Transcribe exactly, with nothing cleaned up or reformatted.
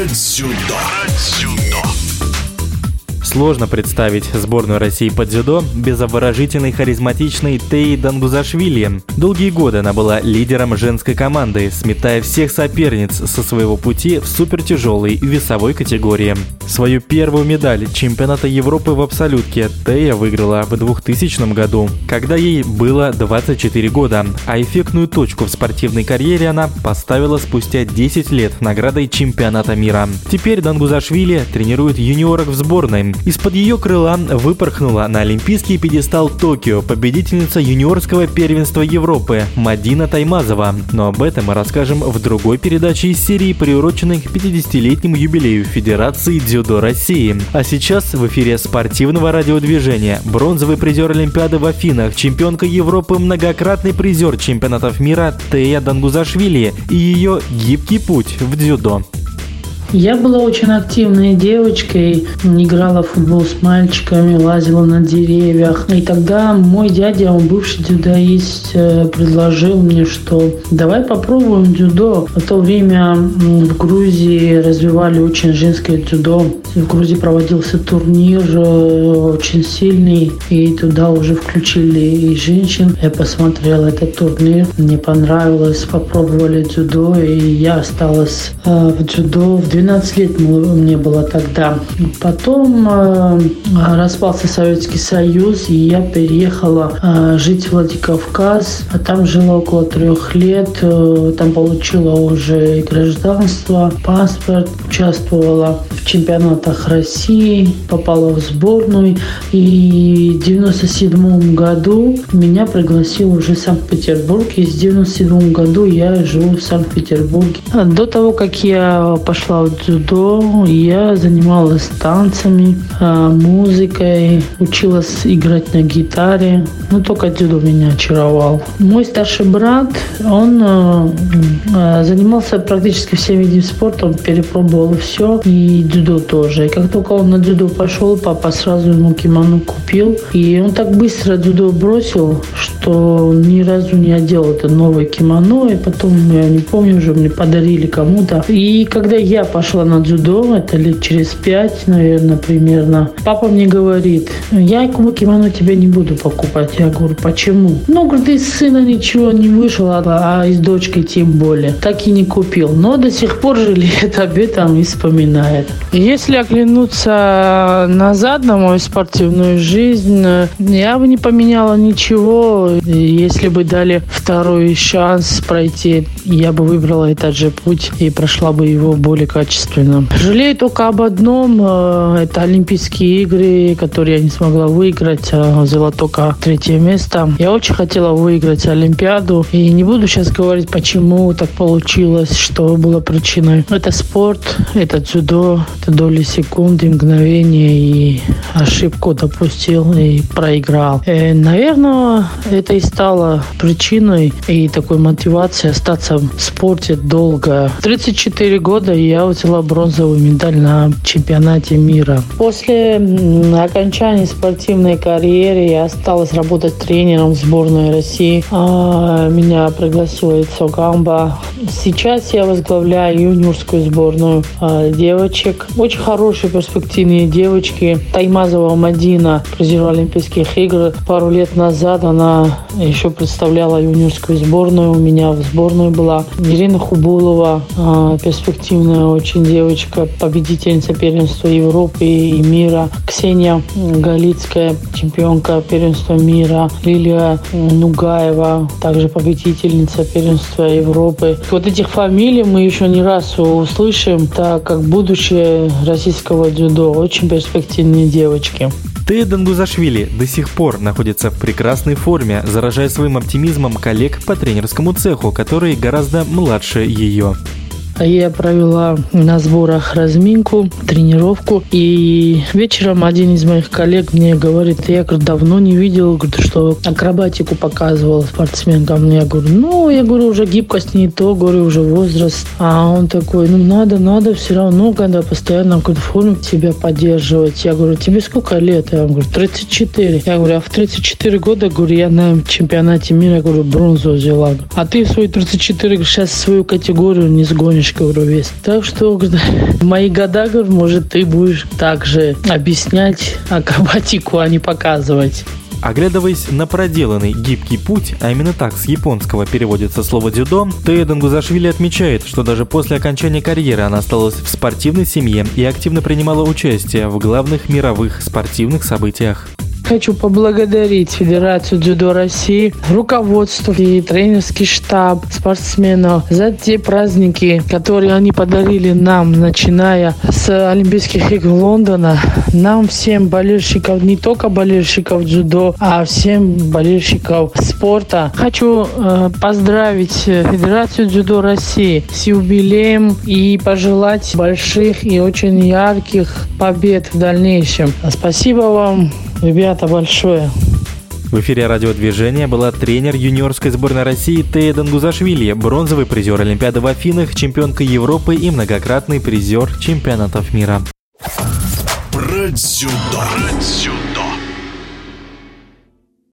дзюдо. Сложно представить сборную России по дзюдо без обворожительной, харизматичной Теи Дангузашвили. Долгие годы она была лидером женской команды, сметая всех соперниц со своего пути в супертяжелой весовой категории. Свою первую медаль чемпионата Европы в абсолютке Тея выиграла в двухтысячном году, когда ей было двадцать четыре года, а эффектную точку в спортивной карьере она поставила спустя десять лет наградой чемпионата мира. Теперь Дангузашвили тренирует юниорок в сборной. Из-под ее крыла выпорхнула на олимпийский пьедестал Токио победительница юниорского первенства Европы Мадина Таймазова. Но об этом мы расскажем в другой передаче из серии, приуроченной к пятидесятилетнему юбилею Федерации дзюдо России. А сейчас в эфире спортивного радиодвижения бронзовый призер Олимпиады в Афинах, чемпионка Европы, многократный призер чемпионатов мира Тея Дангузашвили и ее гибкий путь в дзюдо. Я была очень активной девочкой, играла в футбол с мальчиками, лазила на деревьях. И тогда мой дядя, он бывший дзюдоист, предложил мне, что давай попробуем дзюдо. В то время в Грузии развивали очень женское дзюдо. В Грузии проводился турнир очень сильный, и туда уже включили и женщин. Я посмотрела этот турнир, мне понравилось, попробовали дзюдо, и я осталась в дзюдо. В двенадцать лет мне было тогда. Потом э, распался Советский Союз, и я переехала э, жить в Владикавказ. А там жила около трех лет. Э, там получила уже и гражданство, паспорт. Участвовала в чемпионатах России, попала в сборную. И в девяносто седьмом году меня пригласил уже Санкт-Петербург. И с девяносто седьмом году я живу в Санкт-Петербурге. До того, как я пошла в дзюдо, я занималась танцами, музыкой, училась играть на гитаре. Но только дзюдо меня очаровал. Мой старший брат, он занимался практически всеми видами спорта, он перепробовал все, и дзюдо тоже. И как только он на дзюдо пошел, папа сразу ему кимоно купил. И он так быстро дзюдо бросил, что ни разу не одел это новое кимоно. И потом, я не помню, уже мне подарили кому-то. И когда я пошла на дзюдо, это лет через пять, наверное, примерно, папа мне говорит: я кимоно тебе не буду покупать. Я говорю: почему? Ну, говорит, из сына ничего не вышло, а из дочки тем более. Так и не купил. Но до сих пор жалеет об этом и вспоминает. Если оглянуться назад на мою спортивную жизнь, я бы не поменяла ничего. Если бы дали второй шанс пройти, я бы выбрала этот же путь и прошла бы его более качественно. Жалею только об одном. Это Олимпийские игры, которые я не смогла выиграть. Взяла только третье место. Я очень хотела выиграть Олимпиаду. И не буду сейчас говорить, почему так получилось, что было причиной. Это спорт, это дзюдо, это доли секунды, мгновения. И ошибку допустил и проиграл. И, наверное, это и стало причиной и такой мотивацией остаться в спорте долго. В тридцать четыре года я взяла бронзовую медаль на чемпионате мира. После окончания спортивной карьеры я осталась работать тренером в сборной России. Меня пригласила Ицо Гамба. Сейчас я возглавляю юниорскую сборную девочек. Очень хорошие перспективные девочки. Таймазова Мадина, призер Олимпийских игр. Пару лет назад она еще представляла юниорскую сборную. У меня в сборной была Ирина Хубулова, перспективная очень девочка, победительница первенства Европы и мира. Ксения Галицкая, чемпионка первенства мира. Лилия Нугаева, также победительница первенства Европы. Вот этих фамилий мы еще не раз услышим, так как будущее российского дзюдо. Очень перспективные девочки. Тея Дангузашвили до сих пор находится в прекрасной форме, заражая своим оптимизмом коллег по тренерскому цеху, которые гораздо младше ее. Я провела на сборах разминку, тренировку. И вечером один из моих коллег мне говорит: я, говорю, давно не видел, что акробатику показывал спортсменкам. Я говорю: ну, я говорю, уже гибкость не то, говорю, уже возраст. А он такой: ну, надо, надо все равно, когда постоянно в форме себя поддерживать. Я говорю: тебе сколько лет? Я говорю: тридцать четыре. Я говорю: а в тридцать четыре года, говорю, я на чемпионате мира, говорю, бронзу взяла. А ты в свои тридцать четыре сейчас свою категорию не сгонишь. немножко весь. Так что в мои года, может, ты будешь также объяснять акробатику, а не показывать. Оглядываясь на проделанный гибкий путь, а именно так с японского переводится слово «дзюдо», Тея Дангузашвили отмечает, что даже после окончания карьеры она осталась в спортивной семье и активно принимала участие в главных мировых спортивных событиях. Хочу поблагодарить Федерацию дзюдо России, руководство и тренерский штаб спортсменов за те праздники, которые они подарили нам, начиная с Олимпийских игр Лондона. Нам всем болельщиков, не только болельщиков дзюдо, а всем болельщиков спорта. Хочу э, поздравить Федерацию дзюдо России с юбилеем и пожелать больших и очень ярких побед в дальнейшем. Спасибо вам, ребята, большое. В эфире радиодвижения была тренер юниорской сборной России Тея Дангузашвили, бронзовый призер Олимпиады в Афинах, чемпионка Европы и многократный призер чемпионатов мира. Про дзюдо.